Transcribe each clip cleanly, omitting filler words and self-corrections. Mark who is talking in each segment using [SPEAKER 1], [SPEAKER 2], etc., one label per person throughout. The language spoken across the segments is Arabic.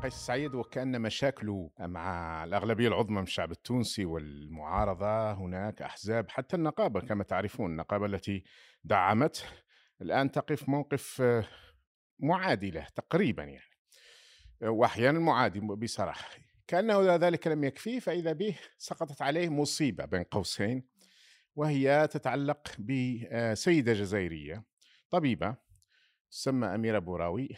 [SPEAKER 1] قيس سعيد وكأن مشاكله مع الأغلبية العظمى من الشعب التونسي والمعارضة، هناك أحزاب حتى النقابة كما تعرفون، النقابة التي دعمته الآن تقف موقف معادي له تقريبا يعني، وأحيانا معادي بصراحة. كأنه ذلك لم يكفيه فإذا به سقطت عليه مصيبة بين قوسين، وهي تتعلق بسيدة جزائرية طبيبة تسمى أميرة بوراوي.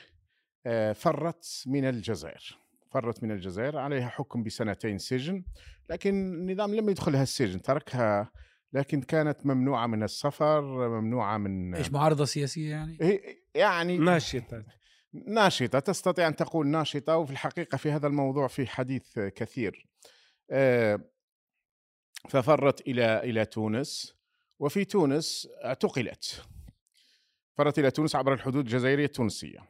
[SPEAKER 1] فرت من الجزائر، عليها حكم ب2 سجن، لكن النظام لم يدخلها السجن، تركها، لكن كانت ممنوعة من السفر، ممنوعة من
[SPEAKER 2] إيش، معارضة سياسية يعني؟
[SPEAKER 1] يعني
[SPEAKER 3] ناشطة.
[SPEAKER 1] ناشطة، تستطيع أن تقول ناشطة، وفي الحقيقة في هذا الموضوع في حديث كثير. آه، ففرت إلى تونس، وفي تونس اعتقلت. فرت إلى تونس عبر الحدود الجزائرية التونسية.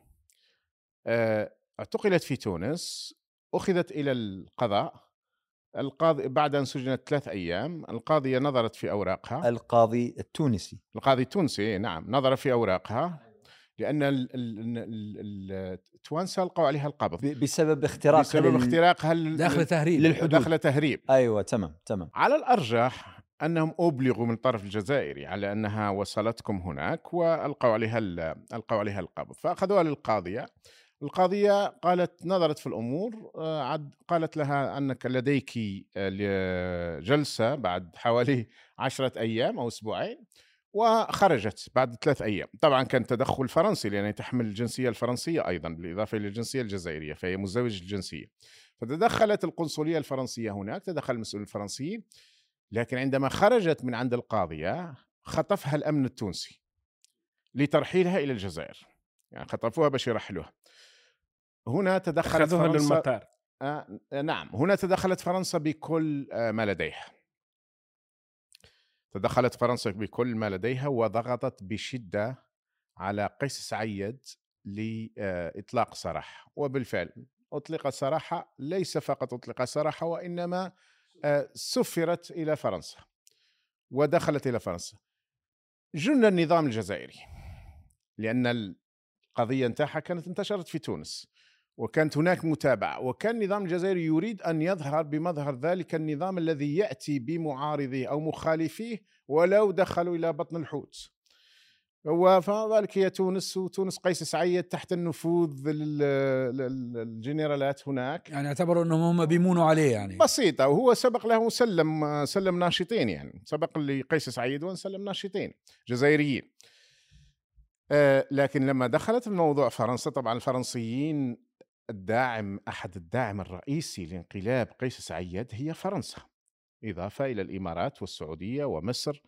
[SPEAKER 1] اعتقلت في تونس، أخذت إلى القضاء. القاضي بعد أن سجنت 3 أيام، القاضية نظرت في أوراقها.
[SPEAKER 4] القاضي التونسي.
[SPEAKER 1] القاضي التونسي نعم، نظر في أوراقها، لأن التوانسة ألقوا عليها القبض
[SPEAKER 4] بسبب اختراقها
[SPEAKER 2] داخل
[SPEAKER 1] تهريب.
[SPEAKER 4] أيوة، تمام.
[SPEAKER 1] على الأرجح أنهم أبلغوا من الطرف الجزائري على أنها وصلتكم هناك، وألقوا عليها القبض، فأخذوها للقاضية. القاضية نظرت في الأمور، قالت لها أنك لديك جلسة بعد حوالي 10 أيام أو أسبوعين، وخرجت بعد 3 أيام. طبعا كان تدخل فرنسي، لأنها تحمل الجنسية الفرنسية أيضا بالإضافة إلى الجنسية الجزائرية، فهي مزدوجة الجنسية. فتدخلت القنصلية الفرنسية هناك، تدخل المسؤولين الفرنسيين، لكن عندما خرجت من عند القاضية خطفها الأمن التونسي لترحيلها إلى الجزائر، يعني خطفوها باش يرحلوها. هنا تدخلت
[SPEAKER 3] أخذوها
[SPEAKER 1] فرنسا
[SPEAKER 3] للمطار.
[SPEAKER 1] نعم، هنا تدخلت فرنسا بكل ما لديها. تدخلت فرنسا بكل ما لديها، وضغطت بشدة على قيس سعيد لإطلاق سراح. وبالفعل أطلق سراحة، ليس فقط أطلق سراحة، وإنما سفرت إلى فرنسا ودخلت إلى فرنسا. جن النظام الجزائري، لأن القضية نتاعها كانت انتشرت في تونس، وكانت هناك متابعة، وكان النظام الجزائري يريد أن يظهر بمظهر ذلك النظام الذي يأتي بمعارضيه أو مخالفيه ولو دخلوا إلى بطن الحوت. فذلك هي تونس، وتونس قيس سعيد تحت النفوذ الجنرالات هناك،
[SPEAKER 2] يعني اعتبروا أنهم هم بيمونوا عليه يعني.
[SPEAKER 1] بسيطة. وهو سبق له سلم ناشطين، يعني سبق لقيس سعيد وسلم ناشطين جزائريين. لكن لما دخلت الموضوع فرنسا، طبعا الفرنسيين أحد الداعم الرئيسي لانقلاب قيس سعيد هي فرنسا، إضافة إلى الإمارات والسعودية ومصر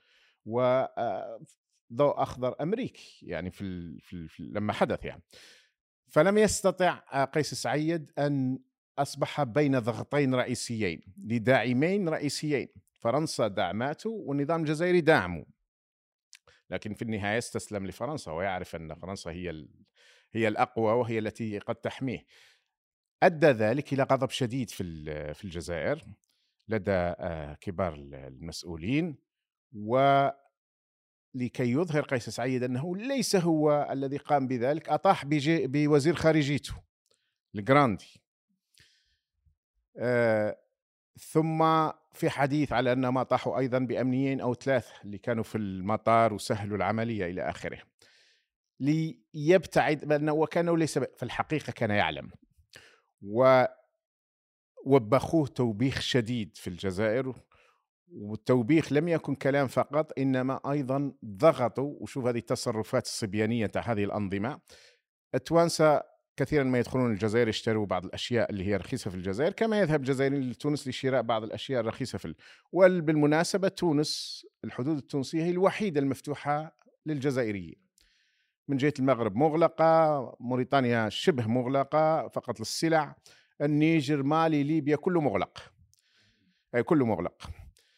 [SPEAKER 1] وضوء أخضر أمريكي، يعني لما حدث يعني. فلم يستطع قيس سعيد أن أصبح بين ضغطين رئيسيين لداعمين رئيسيين، فرنسا دعمته والنظام الجزائري دعمه، لكن في النهاية استسلم لفرنسا، ويعرف أن فرنسا هي الأقوى وهي التي قد تحميه. أدى ذلك إلى غضب شديد في الجزائر لدى كبار المسؤولين، ولكي يظهر قيس سعيد أنه ليس هو الذي قام بذلك، أطاح بوزير خارجيته الجراندي. ثم في حديث على أن ما طاحوا أيضا بأمنيين أو 3 اللي كانوا في المطار وسهلوا العملية إلى آخره، ليبتعد، وكانوا ليس في الحقيقة كان يعلم. ووبخوه توبيخ شديد في الجزائر، والتوبيخ لم يكن كلام فقط، إنما أيضا ضغطوا. وشوف هذه التصرفات الصبيانية تاع هذه الأنظمة. التوانسة كثيرا ما يدخلون الجزائر يشتروا بعض الأشياء اللي هي رخيصة في الجزائر، كما يذهب الجزائريين لتونس لشراء بعض الأشياء الرخيصة وبالمناسبة تونس، الحدود التونسية هي الوحيدة المفتوحة للجزائريين. من جهة المغرب مغلقة، موريتانيا شبه مغلقة فقط للسلع، النيجر، مالي، ليبيا كله مغلق، كله مغلق.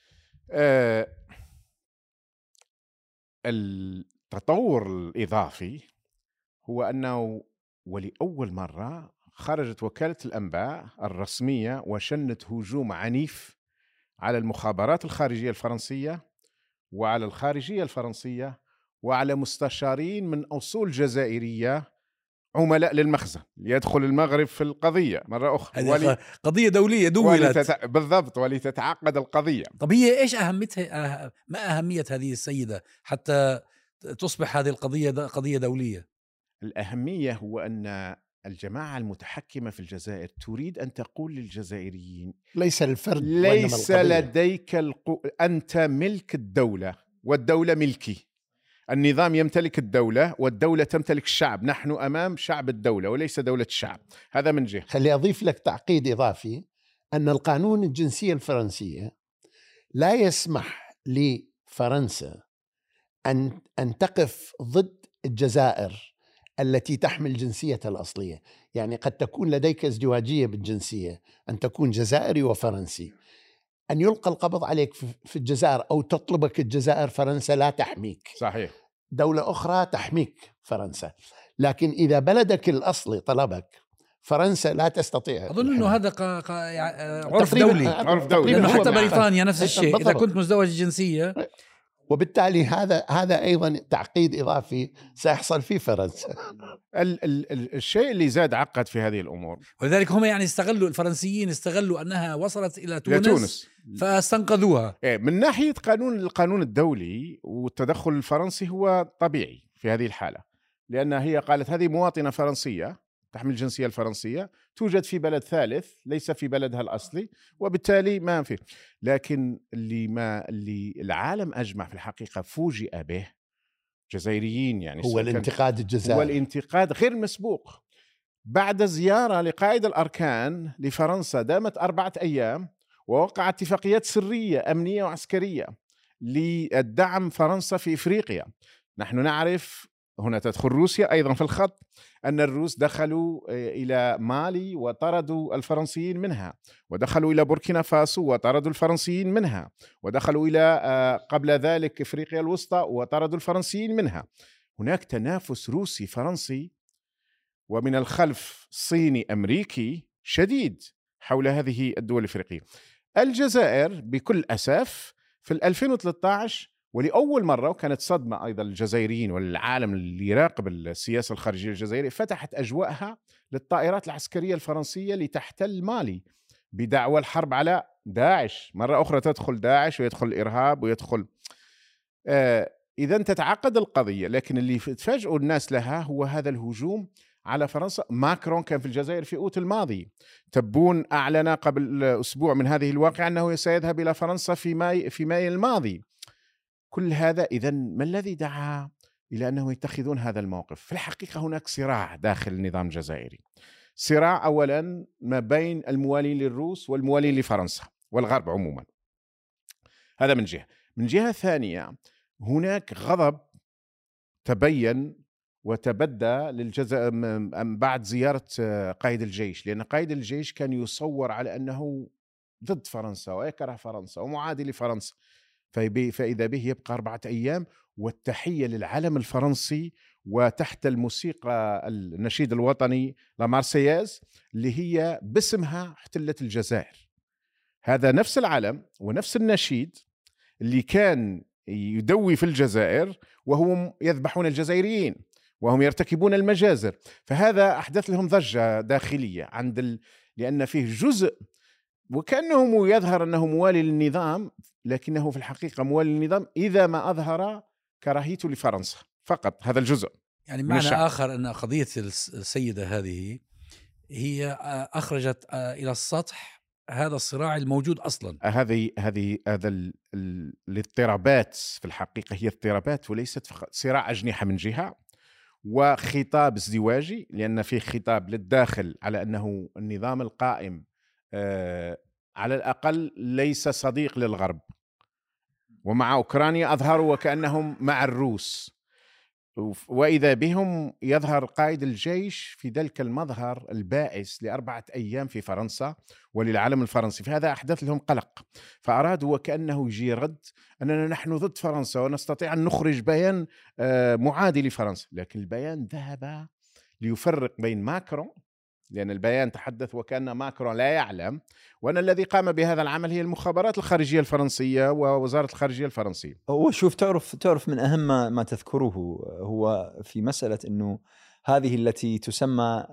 [SPEAKER 1] التطور الإضافي هو أنه ولأول مرة خرجت وكالة الأنباء الرسمية وشنت هجوم عنيف على المخابرات الخارجية الفرنسية وعلى الخارجية الفرنسية وعلى مستشارين من أصول جزائرية عملاء للمخزن ليدخل المغرب في القضية مرة أخرى.
[SPEAKER 2] قضية دولية دولت
[SPEAKER 1] بالضبط، ولتتعقد القضية.
[SPEAKER 2] طب هي إيش أهميتها؟ ما أهمية هذه السيدة حتى تصبح هذه القضية قضية دولية؟
[SPEAKER 1] الأهمية هو أن الجماعة المتحكمة في الجزائر تريد أن تقول للجزائريين
[SPEAKER 3] ليس الفرد،
[SPEAKER 1] ليس لديك أنت ملك الدولة والدولة ملكي. النظام يمتلك الدولة والدولة تمتلك الشعب. نحن أمام شعب الدولة وليس دولة الشعب. هذا من جهة.
[SPEAKER 3] خلي أضيف لك تعقيد إضافي، أن القانون الجنسية الفرنسية لا يسمح لفرنسا أن تقف ضد الجزائر التي تحمل جنسيتها الأصلية. يعني قد تكون لديك ازدواجية بالجنسية، أن تكون جزائري وفرنسي، أن يلقى القبض عليك في الجزائر أو تطلبك الجزائر، فرنسا لا تحميك.
[SPEAKER 1] صحيح.
[SPEAKER 3] دولة أخرى تحميك فرنسا. لكن إذا بلدك الأصلي طلبك، فرنسا لا تستطيع.
[SPEAKER 2] أظن أنه هذا عرف دولي.
[SPEAKER 1] عرف دولي.
[SPEAKER 2] لأنه حتى بريطانيا نفس الشيء. إذا كنت مزدوج الجنسية،
[SPEAKER 3] وبالتالي هذا أيضا تعقيد إضافي سيحصل في فرنسا.
[SPEAKER 1] الشيء اللي زاد عقد في هذه الأمور،
[SPEAKER 2] ولذلك هم يعني الفرنسيين استغلوا أنها وصلت إلى تونس فاستنقذوها.
[SPEAKER 1] من ناحية القانون الدولي والتدخل الفرنسي هو طبيعي في هذه الحالة، لأن هي قالت هذه مواطنة فرنسية تحمل الجنسية الفرنسية، توجد في بلد ثالث ليس في بلدها الأصلي، وبالتالي ما فيه. لكن اللي العالم أجمع في الحقيقة فوجئ به جزائريين، يعني
[SPEAKER 3] هو الانتقاد الجزائري،
[SPEAKER 1] هو الانتقاد غير مسبوق بعد زيارة لقائد الأركان لفرنسا دامت 4 أيام، ووقع اتفاقيات سرية أمنية وعسكرية للدعم فرنسا في إفريقيا. نحن نعرف، هنا تدخل روسيا أيضا في الخط، أن الروس دخلوا إلى مالي وطردوا الفرنسيين منها، ودخلوا إلى بوركينا فاسو وطردوا الفرنسيين منها، ودخلوا إلى قبل ذلك إفريقيا الوسطى وطردوا الفرنسيين منها. هناك تنافس روسي فرنسي ومن الخلف صيني أمريكي شديد حول هذه الدول الإفريقية. الجزائر بكل أسف في 2013 ولأول مرة، وكانت صدمة أيضا للجزائريين والعالم اللي يراقب السياسة الخارجية الجزائرية، فتحت أجواءها للطائرات العسكرية الفرنسية لتحتل مالي بدعوى الحرب على داعش. مرة أخرى تدخل داعش ويدخل الإرهاب ويدخل إذا تتعقد القضية. لكن اللي تفاجئوا الناس لها هو هذا الهجوم على فرنسا. ماكرون كان في الجزائر في أوت الماضي، تبون أعلن قبل أسبوع من هذه الواقعة أنه سيذهب إلى فرنسا في ماي الماضي. كل هذا إذن ما الذي دعا إلى أنه يتخذون هذا الموقف؟ في الحقيقة هناك صراع داخل النظام الجزائري، صراع أولا ما بين الموالين للروس والموالين لفرنسا والغرب عموما. هذا من جهة. من جهة ثانية هناك غضب تبين وتبدى للجزائر بعد زيارة قائد الجيش، لأن قائد الجيش كان يصور على أنه ضد فرنسا ويكره فرنسا ومعادي لفرنسا، فإذا به يبقى 4 أيام والتحية للعلم الفرنسي وتحت الموسيقى النشيد الوطني لا مارسياز اللي هي باسمها احتلت الجزائر. هذا نفس العلم ونفس النشيد اللي كان يدوي في الجزائر وهم يذبحون الجزائريين وهم يرتكبون المجازر. فهذا أحدث لهم ضجة داخلية لأن فيه جزء وكأنه يظهر أنه موالي للنظام، لكنه في الحقيقة موالي للنظام إذا ما أظهر كراهيته لفرنسا فقط. هذا الجزء. يعني
[SPEAKER 2] معنى آخر أن قضية السيدة هذه هي أخرجت إلى السطح هذا الصراع الموجود أصلا.
[SPEAKER 1] هذا الاضطرابات في الحقيقة هي اضطرابات وليست فقط صراع أجنحة من جهة وخطاب ازدواجي، لأن فيه خطاب للداخل على أنه النظام القائم على الأقل ليس صديق للغرب، ومع أوكرانيا أظهروا وكأنهم مع الروس، وإذا بهم يظهر قائد الجيش في ذلك المظهر البائس ل4 أيام في فرنسا وللعالم الفرنسي. فهذا أحدث لهم قلق، فأرادوا وكأنه يجي رد أننا نحن ضد فرنسا ونستطيع أن نخرج بيان معادي لفرنسا. لكن البيان ذهب ليفرق بين ماكرون لأن البيان تحدث وكأن ماكرون لا يعلم، وأن الذي قام بهذا العمل هي المخابرات الخارجية الفرنسية ووزارة الخارجية الفرنسية.
[SPEAKER 4] هو شوف، تعرف من أهم ما تذكره هو في مسألة أنه هذه التي تسمى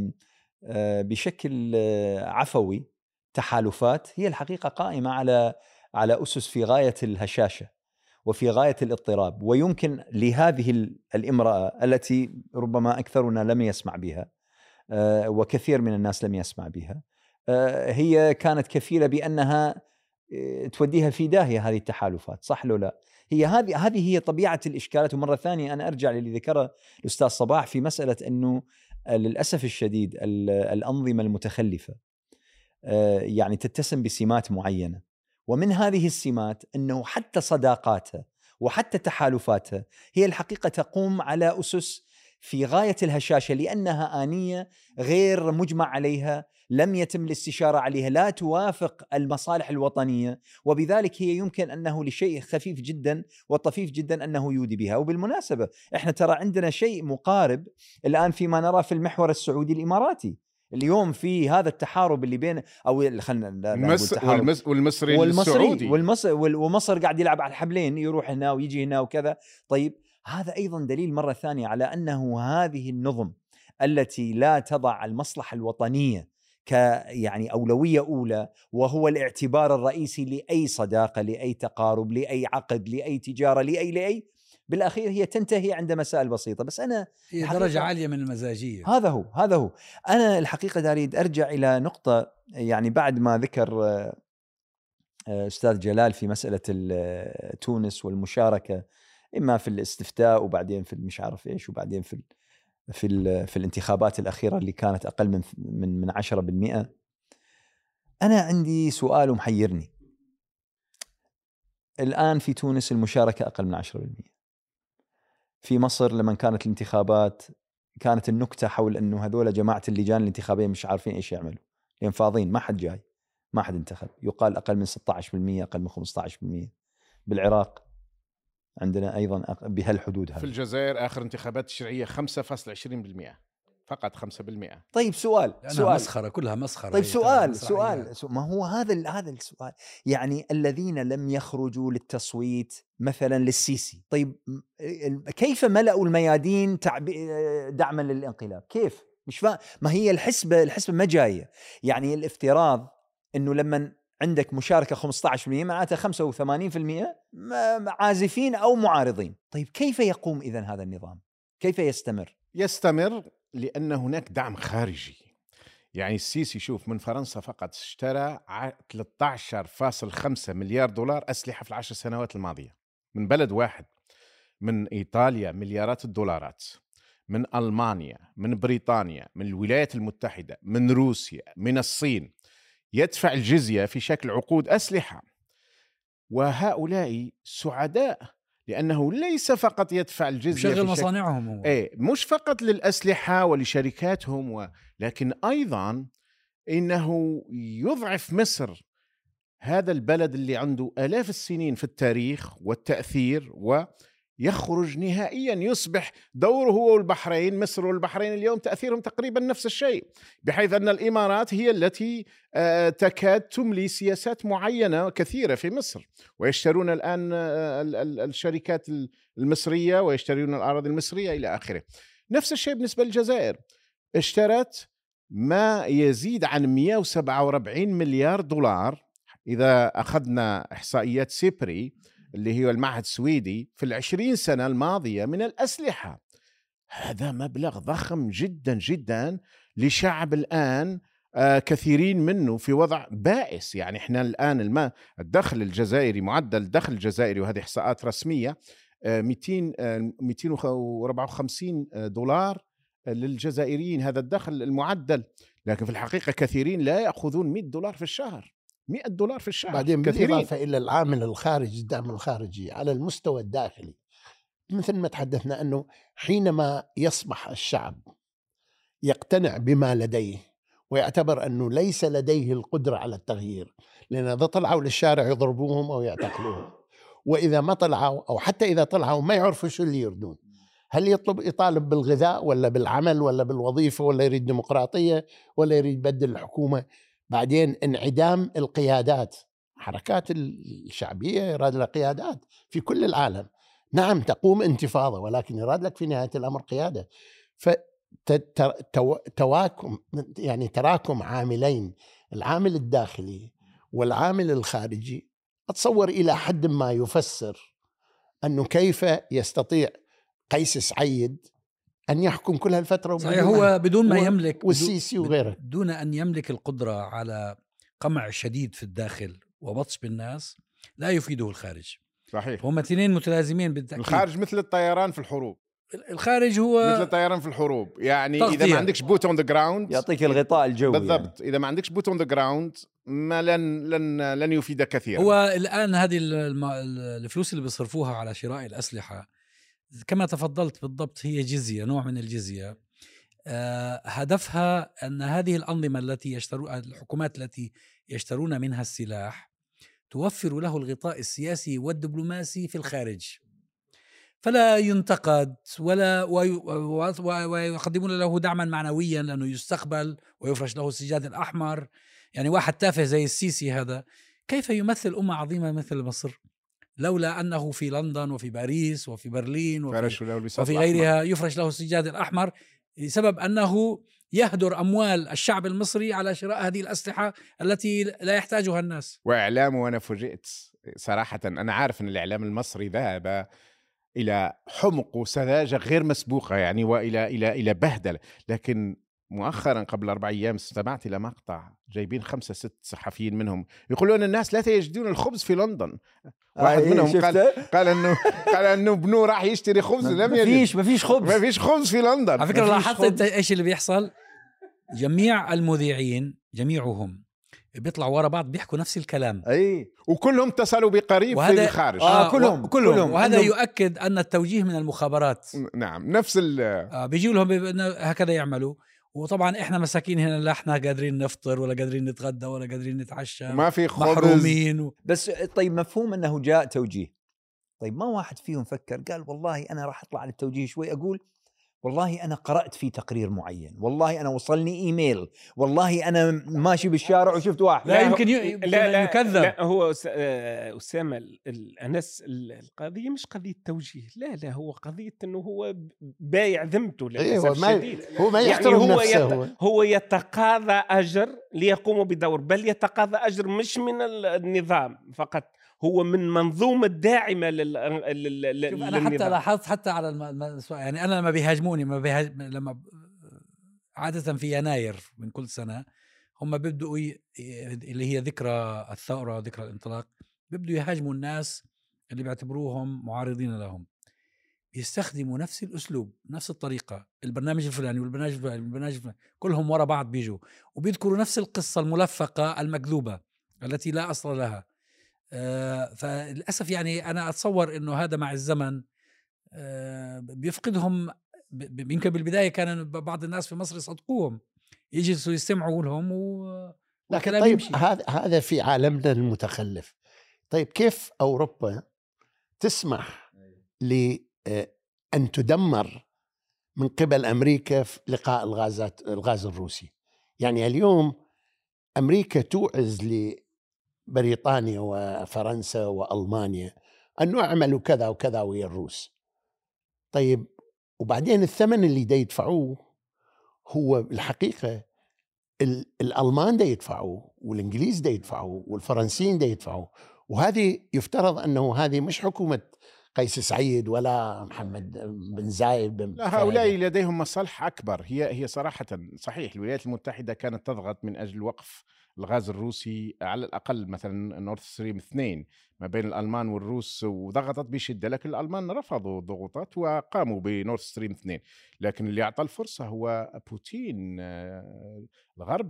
[SPEAKER 4] بشكل عفوي تحالفات، هي الحقيقة قائمة على أسس في غاية الهشاشة وفي غاية الاضطراب. ويمكن لهذه الامرأة التي ربما أكثرنا لم يسمع بها وكثير من الناس لم يسمع بها، هي كانت كفيلة بأنها توديها في داهية هذه التحالفات، صح لو لا؟ هذه هي طبيعة الإشكالات. ومرة ثانية أنا أرجع للي ذكره الأستاذ صباح في مسألة أنه للأسف الشديد الأنظمة المتخلفة يعني تتسم بسمات معينة، ومن هذه السمات أنه حتى صداقاتها وحتى تحالفاتها هي الحقيقة تقوم على أسس في غاية الهشاشة، لأنها آنية غير مجمع عليها، لم يتم الاستشارة عليها، لا توافق المصالح الوطنية، وبذلك هي يمكن أنه لشيء خفيف جدا وطفيف جدا أنه يودي بها. وبالمناسبة إحنا ترى عندنا شيء مقارب الآن فيما نرى في المحور السعودي الإماراتي اليوم، في هذا التحارب اللي بين أو خلنا
[SPEAKER 1] والمصري السعودي
[SPEAKER 4] ومصر قاعد يلعب على الحبلين، يروح هنا ويجي هنا وكذا. طيب هذا أيضا دليل مرة ثانية على أنه هذه النظم التي لا تضع المصلحة الوطنية يعني أولوية أولى، وهو الاعتبار الرئيسي لأي صداقة، لأي تقارب، لأي عقد، لأي تجارة، لأي بالأخير هي تنتهي عند مسائل بسيطة. بس أنا
[SPEAKER 2] هي درجة عالية من المزاجية.
[SPEAKER 4] هذا هو أنا الحقيقة أريد أرجع إلى نقطة، يعني بعد ما ذكر أستاذ جلال في مسألة تونس والمشاركة إما في الاستفتاء وبعدين في مش عارف إيش وبعدين في الانتخابات الأخيرة اللي كانت أقل من 10%. أنا عندي سؤال محيرني. الآن في تونس المشاركة أقل من 10%. في مصر لما كانت الانتخابات كانت النكتة حول أنه هذول جماعة اللجان الانتخابية مش عارفين إيش يعملوا، لأن فاضين، ما حد جاي، ما حد انتخب. يقال أقل من 16%، أقل من 15%. بالعراق عندنا أيضا بهالحدود هذه.
[SPEAKER 1] في الجزائر آخر انتخابات الشرعية 5.20%، فقط 5%.
[SPEAKER 4] طيب سؤال
[SPEAKER 2] مسخرة، كلها مسخرة.
[SPEAKER 4] طيب سؤال ما هو هذا السؤال؟ يعني الذين لم يخرجوا للتصويت مثلا للسيسي، طيب كيف ملأوا الميادين دعما للانقلاب؟ كيف؟ مش فاهم. ما هي الحسبة ما جاية. يعني الافتراض انه لما عندك مشاركة 15% معناتها 85% عازفين أو معارضين. طيب كيف يقوم إذن هذا النظام؟ كيف يستمر؟
[SPEAKER 1] لأن هناك دعم خارجي. يعني السيسي شوف من فرنسا فقط اشترى 13.5 مليار دولار أسلحة في 10 سنوات الماضية من بلد واحد. من إيطاليا مليارات الدولارات، من ألمانيا، من بريطانيا، من الولايات المتحدة، من روسيا، من الصين. يدفع الجزية في شكل عقود أسلحة، وهؤلاء سعداء لأنه ليس فقط يدفع الجزية
[SPEAKER 2] مشغل مصانعهم هو.
[SPEAKER 1] مش فقط للأسلحة ولشركاتهم لكن أيضا إنه يضعف مصر، هذا البلد اللي عنده آلاف السنين في التاريخ والتأثير، ويخرج نهائيا يصبح دوره هو والبحرين. مصر والبحرين اليوم تأثيرهم تقريبا نفس الشيء، بحيث أن الإمارات هي التي تكاد تملي سياسات معينة كثيرة في مصر، ويشترون الآن الشركات المصرية ويشترون الأراضي المصرية إلى آخره. نفس الشيء بالنسبة للجزائر، اشترت ما يزيد عن 147 مليار دولار إذا أخذنا إحصائيات سيبري اللي هي المعهد السويدي في 20 سنة الماضية من الأسلحة. هذا مبلغ ضخم جدا جدا لشعب الآن كثيرين منه في وضع بائس. يعني احنا الآن الدخل الجزائري، معدل الدخل الجزائري، وهذه إحصاءات رسمية، 254 دولار للجزائريين، هذا الدخل المعدل. لكن في الحقيقة كثيرين لا يأخذون 100 دولار في الشهر، 100 دولار في الشهر.
[SPEAKER 3] بعدين بالإضافة إلى العامل الخارجي، الدعم الخارجي على المستوى الداخلي، مثل ما تحدثنا أنه حينما يصبح الشعب يقتنع بما لديه ويعتبر أنه ليس لديه القدرة على التغيير، لأن إذا طلعوا للشارع يضربوهم أو يعتقلوهم، وإذا ما طلعوا أو حتى إذا طلعوا ما يعرفوا شو اللي يردون، هل يطالب بالغذاء ولا بالعمل ولا بالوظيفة ولا يريد ديمقراطية ولا يريد يبدل الحكومة؟ بعدين انعدام القيادات، حركات الشعبية يراد لها قيادات في كل العالم. نعم تقوم انتفاضة ولكن يراد لك في نهاية الأمر قيادة. فتواكم يعني تراكم عاملين، العامل الداخلي والعامل الخارجي، أتصور إلى حد ما يفسر أنه كيف يستطيع قيس سعيد أن يحكم كل هالفترة.
[SPEAKER 2] صحيح، هو بدون ما يملك
[SPEAKER 3] والسيسي وغيره،
[SPEAKER 2] دون أن يملك القدرة على قمع شديد في الداخل وبطش بالناس لا يفيده الخارج.
[SPEAKER 1] صحيح،
[SPEAKER 2] هم اثنين متلازمين بالتأكيد.
[SPEAKER 1] الخارج مثل الطيران في الحروب،
[SPEAKER 2] الخارج هو
[SPEAKER 1] مثل الطيران في الحروب، يعني
[SPEAKER 2] تغطية.
[SPEAKER 1] اذا ما عندكش بوت اون ذا جراوند
[SPEAKER 4] يعطيك الغطاء الجوي
[SPEAKER 1] بالضبط،
[SPEAKER 4] يعني.
[SPEAKER 1] اذا ما عندكش بوت اون ذا جراوند ما لن يفيدك كثيرا.
[SPEAKER 2] هو الآن هذه الفلوس اللي بيصرفوها على شراء الأسلحة كما تفضلت بالضبط هي جزية، نوع من الجزية. هدفها أن هذه الأنظمة التي الحكومات التي يشترون منها السلاح توفر له الغطاء السياسي والدبلوماسي في الخارج، فلا ينتقد ويقدمون له دعما معنويا لأنه يستقبل ويفرش له السجاد الأحمر. يعني واحد تافه زي السيسي هذا كيف يمثل أمة عظيمة مثل مصر لولا أنه في لندن وفي باريس وفي برلين وفي غيرها يفرش له السجاد الأحمر بسبب أنه يهدر أموال الشعب المصري على شراء هذه الأسلحة التي لا يحتاجها الناس.
[SPEAKER 1] وإعلامه، وأنا فوجئت صراحة، أنا عارف أن الإعلام المصري ذهب إلى حمق وسذاجة غير مسبوقة يعني، وإلى بهدلة، لكن مؤخرا قبل 4 أيام استمعت إلى مقطع جايبين 5-6 صحفيين منهم يقولون الناس لا يجدون الخبز في لندن. واحد منهم قال انه ابنه راح يشتري خبز لم يجد.
[SPEAKER 4] ما فيش خبز
[SPEAKER 1] في لندن.
[SPEAKER 2] على فكرة لاحظت انت ايش اللي بيحصل؟ جميع المذيعين جميعهم بيطلعوا ورا بعض بيحكوا نفس الكلام،
[SPEAKER 1] اي وكلهم اتصلوا بقريب في الخارج.
[SPEAKER 2] كلهم وهذا يؤكد ان التوجيه من المخابرات.
[SPEAKER 1] نعم نفس
[SPEAKER 2] بيجوا لهم هكذا يعملوا. وطبعا احنا مساكين هنا لا احنا قادرين نفطر ولا قادرين نتغدى ولا قادرين نتعشى،
[SPEAKER 1] ما في خبز،
[SPEAKER 2] محرومين
[SPEAKER 4] بس طيب مفهوم انه جاء توجيه، طيب ما واحد فيهم فكر قال والله انا راح اطلع على التوجيه شوي، اقول والله أنا قرأت في تقرير معين، والله أنا وصلني إيميل، والله أنا ماشي بالشارع وشفت واحد.
[SPEAKER 2] لا يمكن يكذب.
[SPEAKER 5] لا هو أسامة الأنس، القضية مش قضية توجيه، لا هو قضية أنه هو بايع ذمته للأسف الشديد.
[SPEAKER 3] هو ما يحترم
[SPEAKER 5] يعني
[SPEAKER 3] نفسه،
[SPEAKER 5] هو يتقاضى أجر ليقوم بدور، بل يتقاضى أجر مش من النظام فقط، هو من منظومة داعمة
[SPEAKER 2] أنا حتى لاحظت حتى على يعني أنا لما بيهاجموني لما عادة في يناير من كل سنة هم بيبدأوا اللي هي ذكرى الثورة ذكرى الانطلاق، بيبدأوا يهاجموا الناس اللي بيعتبروهم معارضين لهم، يستخدموا نفس الأسلوب نفس الطريقة، البرنامج الفلاني والبرنامج الفلاني كلهم ورا بعض بيجوا وبيذكروا نفس القصة الملفقة المكذوبة التي لا أصل لها. فللأسف يعني أنا أتصور أنه هذا مع الزمن بيفقدهم. يمكن بالبداية كان بعض الناس في مصر يصدقوهم، يجلسوا يستمعوا لهم
[SPEAKER 3] لكن طيب هذا في عالمنا المتخلف. طيب كيف أوروبا تسمح لأن تدمر من قبل أمريكا في لقاء الغاز الروسي؟ يعني اليوم أمريكا توعز بريطانيا وفرنسا وألمانيا أنه اعملوا كذا وكذا ويا الروس. طيب وبعدين الثمن اللي دا يدفعوه هو الحقيقة الألمان دا يدفعوه والإنجليز دا يدفعوه والفرنسيين دا يدفعوه. وهذه يفترض أنه هذه مش حكومة قيس سعيد ولا محمد بن زايد
[SPEAKER 1] لا، هؤلاء لديهم مصالح أكبر. هي صراحة صحيح الولايات المتحدة كانت تضغط من أجل وقف الغاز الروسي على الأقل، مثلا نورث ستريم 2 ما بين الألمان والروس، وضغطت بشدة، لكن الألمان رفضوا الضغوطات وقاموا بنورث ستريم 2. لكن اللي أعطى الفرصة هو بوتين. الغرب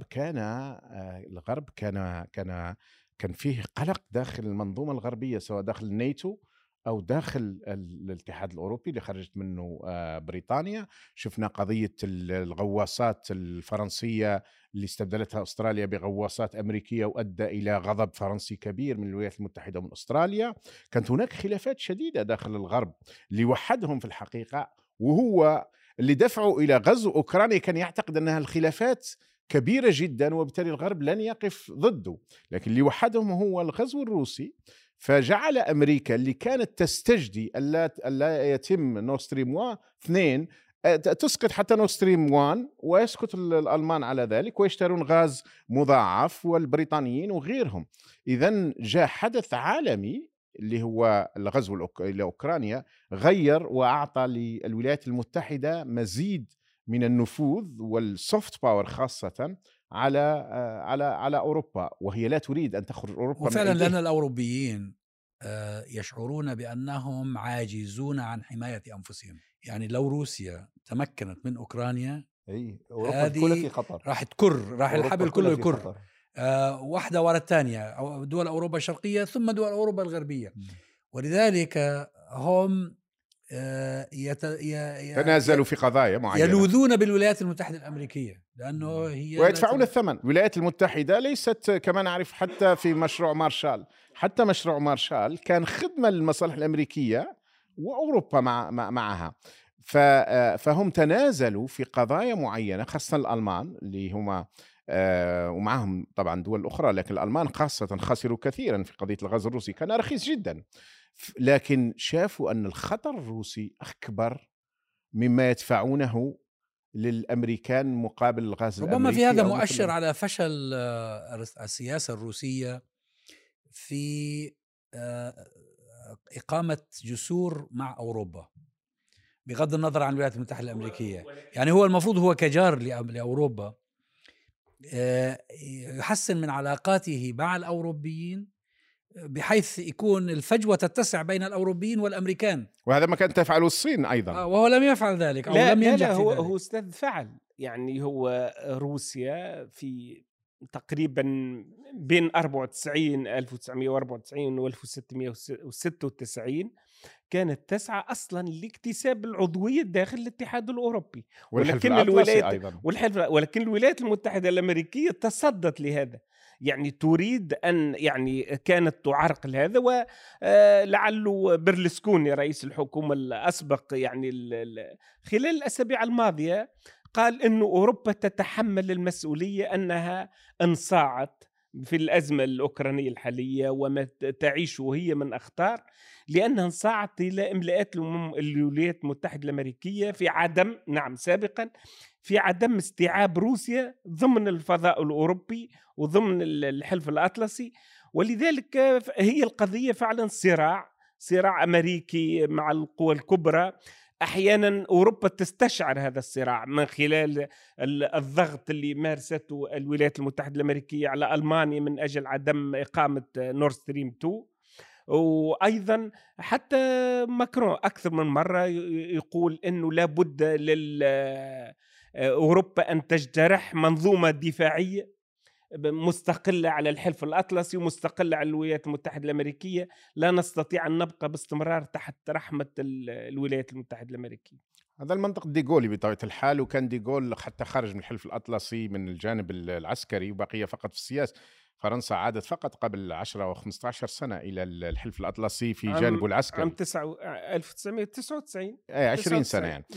[SPEAKER 1] كان فيه قلق داخل المنظومة الغربية، سواء داخل الناتو أو داخل الاتحاد الأوروبي اللي خرجت منه بريطانيا. شفنا قضية الغواصات الفرنسية اللي استبدلتها أستراليا بغواصات أمريكية، وأدى إلى غضب فرنسي كبير من الولايات المتحدة ومن أستراليا. كانت هناك خلافات شديدة داخل الغرب اللي وحدهم في الحقيقة وهو اللي دفعه إلى غزو أوكرانيا كان يعتقد أنها الخلافات كبيرة جدا وبالتالي الغرب لن يقف ضده، لكن اللي وحدهم هو الغزو الروسي. فجعل أمريكا اللي كانت تستجدي ألا يتم نورد ستريم 2 تسقط حتى نورد ستريم 1 ويسكت الألمان على ذلك ويشترون غاز مضاعف والبريطانيين وغيرهم. إذن جاء حدث عالمي اللي هو الغزو لأوكرانيا غير وأعطى للولايات المتحدة مزيد من النفوذ والسوفت باور خاصة على أوروبا، وهي لا تريد أن تخرج أوروبا
[SPEAKER 2] وفعلا لأن الأوروبيين يشعرون بأنهم عاجزون عن حماية أنفسهم. يعني لو روسيا تمكنت من أوكرانيا
[SPEAKER 4] أوروبا كلها في خطر،
[SPEAKER 2] راح الحبل كله يكر واحدة وراء الثانية، دول أوروبا الشرقية ثم دول أوروبا الغربية. ولذلك هم
[SPEAKER 1] تنازلوا في قضايا معينة،
[SPEAKER 2] يلوذون بالولايات المتحدة الأمريكية لأنه هي
[SPEAKER 1] ويدفعون الثمن. الولايات المتحدة ليست كما نعرف حتى في مشروع مارشال، حتى مشروع مارشال كان خدمة للمصالح الأمريكية وأوروبا معها. فهم تنازلوا في قضايا معينة، خاصة الألمان اللي هم ومعهم طبعا دول أخرى، لكن الألمان خاصة خسروا كثيرا في قضية الغاز الروسي، كان رخيص جدا، لكن شافوا أن الخطر الروسي أكبر مما يدفعونه للأمريكان مقابل الغاز الأمريكي.
[SPEAKER 2] ربما في هذا مؤشر على فشل السياسة الروسية في إقامة جسور مع أوروبا بغض النظر عن الولايات المتحدة الأمريكية. يعني هو المفروض هو كجار لأوروبا يحسن من علاقاته مع الأوروبيين بحيث يكون الفجوة تتسع بين الأوروبيين والأمريكان،
[SPEAKER 1] وهذا ما كانت تفعله الصين أيضا،
[SPEAKER 2] وهو لم يفعل ذلك أو لم ينجح في ذلك.
[SPEAKER 5] هو استاذ فعل. يعني هو روسيا في تقريبا بين 1994 و 1696 كانت تسعى أصلا لاكتساب العضوية داخل الاتحاد الأوروبي، ولكن الولايات المتحدة الأمريكية تصدت لهذا. يعني تريد أن كانت تعرقل هذا، ولعله برلسكوني رئيس الحكومة الأسبق خلال الأسابيع الماضية قال إنه أوروبا تتحمل المسؤولية أنها انصاعت في الأزمة الأوكرانية الحالية وما تعيشه هي من أخطار، لأنها انصاعت إلى إملاءات الولايات المتحدة الأمريكية سابقا في عدم استيعاب روسيا ضمن الفضاء الأوروبي وضمن الحلف الأطلسي. ولذلك هي القضية فعلا صراع أمريكي مع القوى الكبرى. أحيانا أوروبا تستشعر هذا الصراع من خلال الضغط اللي مارسته الولايات المتحدة الأمريكية على ألمانيا من أجل عدم إقامة نورد ستريم 2. وأيضا حتى ماكرون أكثر من مرة يقول أنه لابد أوروبا أن تجترح منظومة دفاعية مستقلة على الحلف الأطلسي ومستقلة على الولايات المتحدة الأمريكية. لا نستطيع أن نبقى باستمرار تحت رحمة الولايات المتحدة الأمريكية.
[SPEAKER 1] هذا المنطق ديغولي بطبيعة الحال، وكان ديغول حتى خرج من الحلف الأطلسي من الجانب العسكري وبقي فقط في السياسة. فرنسا عادت فقط قبل 10 أو 15 سنة إلى الحلف الأطلسي في جانبه العسكري
[SPEAKER 5] عام 1999
[SPEAKER 1] 20 سنة يعني.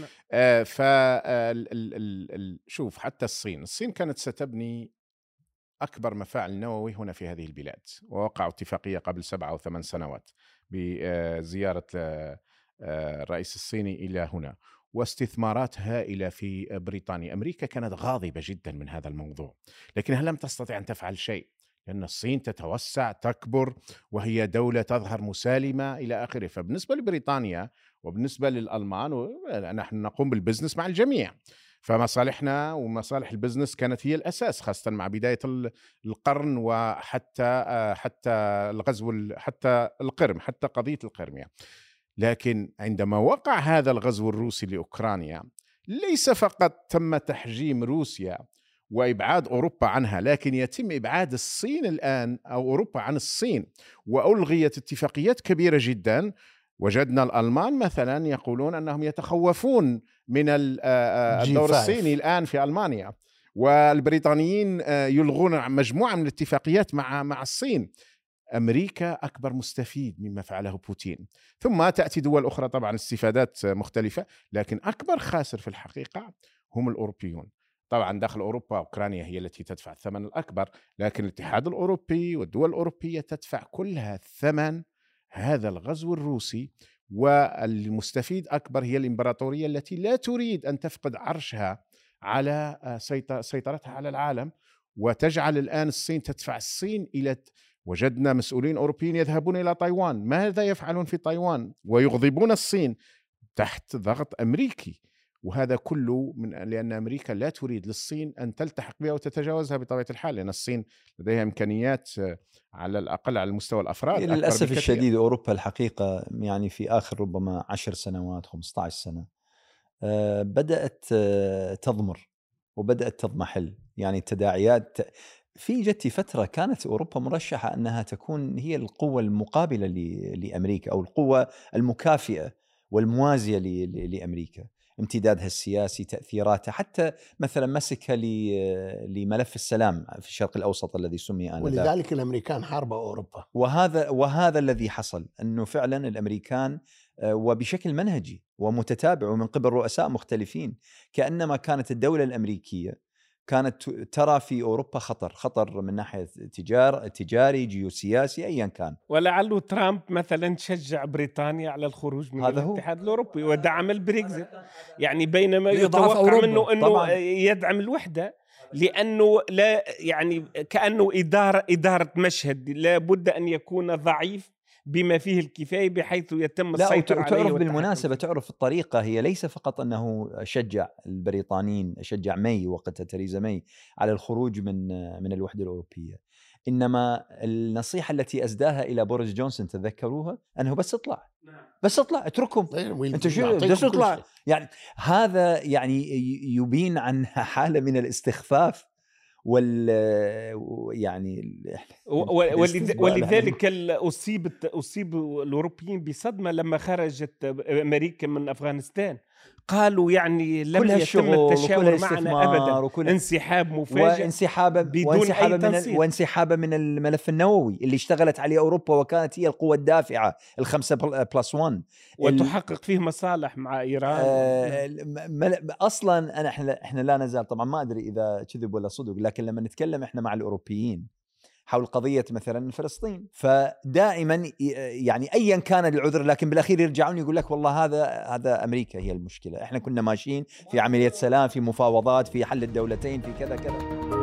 [SPEAKER 1] شوف حتى الصين كانت ستبني أكبر مفاعل نووي هنا في هذه البلاد، ووقعوا اتفاقية قبل 7 أو 8 سنوات بزيارة الرئيس الصيني إلى هنا، واستثمارات هائلة في بريطانيا. أمريكا كانت غاضبة جدا من هذا الموضوع، لكنها لم تستطع أن تفعل شيء، لأن الصين تتوسع تكبر وهي دولة تظهر مسالمة إلى آخره. فبالنسبة لبريطانيا وبالنسبة للألمان نحن نقوم بالبزنس مع الجميع، فمصالحنا ومصالح البزنس كانت هي الأساس، خاصة مع بداية القرن وحتى الغزو، حتى القرم، حتى قضية القرم يعني. لكن عندما وقع هذا الغزو الروسي لأوكرانيا ليس فقط تم تحجيم روسيا وإبعاد أوروبا عنها، لكن يتم إبعاد الصين الآن أو أوروبا عن الصين، وألغيت اتفاقيات كبيرة جدا. وجدنا الألمان مثلا يقولون أنهم يتخوفون من الدور الصيني الآن في ألمانيا، والبريطانيين يلغون مجموعة من الاتفاقيات مع الصين. أمريكا أكبر مستفيد مما فعله بوتين، ثم تأتي دول أخرى طبعا استفادات مختلفة، لكن أكبر خاسر في الحقيقة هم الأوروبيون. طبعا داخل أوروبا أوكرانيا هي التي تدفع الثمن الأكبر، لكن الاتحاد الأوروبي والدول الأوروبية تدفع كلها ثمن هذا الغزو الروسي، والمستفيد أكبر هي الإمبراطورية التي لا تريد أن تفقد عرشها على سيطرتها على العالم، وتجعل الآن الصين تدفع الصين إلى وجدنا مسؤولين أوروبيين يذهبون إلى تايوان، ماذا يفعلون في تايوان؟ ويغضبون الصين تحت ضغط أمريكي، وهذا كله لأن أمريكا لا تريد للصين أن تلتحق بها وتتجاوزها بطبيعة الحال، لأن الصين لديها إمكانيات على الأقل على المستوى الأفراد.
[SPEAKER 4] للأسف الشديد أوروبا الحقيقة يعني في آخر ربما 10 سنوات 15 سنة بدأت تضمر وبدأت تضمحل. يعني التداعيات في جت فترة كانت أوروبا مرشحة أنها تكون هي القوة المقابلة لأمريكا أو القوة المكافئة والموازية لأمريكا، امتدادها السياسي، تأثيراتها، حتى مثلا مسكها لملف السلام في الشرق الأوسط الذي سمي آنذاك،
[SPEAKER 3] ولذلك الأمريكان حاربوا أوروبا.
[SPEAKER 4] وهذا الذي حصل، أنه فعلا الأمريكان وبشكل منهجي ومتتابع ومن قبل رؤساء مختلفين، كأنما كانت الدولة الأمريكية كانت ترى في أوروبا خطر من ناحية تجاري جيوسياسي أيا كان.
[SPEAKER 5] ولعله ترامب مثلا شجع بريطانيا على الخروج من الاتحاد الأوروبي ودعم البريكزيت، يعني بينما يتوقع منه أنه يدعم الوحدة، لأنه لا يعني كأنه إدارة مشهد لا بد أن يكون ضعيف بما فيه الكفاية بحيث يتم السيطرة عليه.
[SPEAKER 4] تعرف بالمناسبة، تعرف الطريقة هي ليس فقط أنه شجع البريطانيين، شجع ماي وقتها تريزا ماي على الخروج من الوحدة الأوروبية، إنما النصيحة التي أسداها إلى بوريس جونسون تذكروها، أنه بس اطلع اتركهم، أنت شو بس اطلع. يعني هذا يعني يبين عن حالة من الاستخفاف يعني
[SPEAKER 5] ولذلك أصيب الأوروبيين بصدمة لما خرجت أمريكا من أفغانستان، قالوا يعني لم يتم التشاور معنا أبدا، انسحاب مفاجئ
[SPEAKER 4] وانسحاب من الملف النووي اللي اشتغلت عليه أوروبا وكانت هي القوة الدافعة 5+1
[SPEAKER 5] وتحقق فيه مصالح مع إيران.
[SPEAKER 4] أصلا احنا لا نزال، طبعا ما أدري إذا كذب ولا صدق، لكن لما نتكلم احنا مع الأوروبيين حول قضية مثلا فلسطين، فدائما يعني أيا كان العذر، لكن بالأخير يرجعون يقول لك والله هذا أمريكا هي المشكلة، احنا كنا ماشيين في عملية سلام، في مفاوضات، في حل الدولتين، في كذا كذا.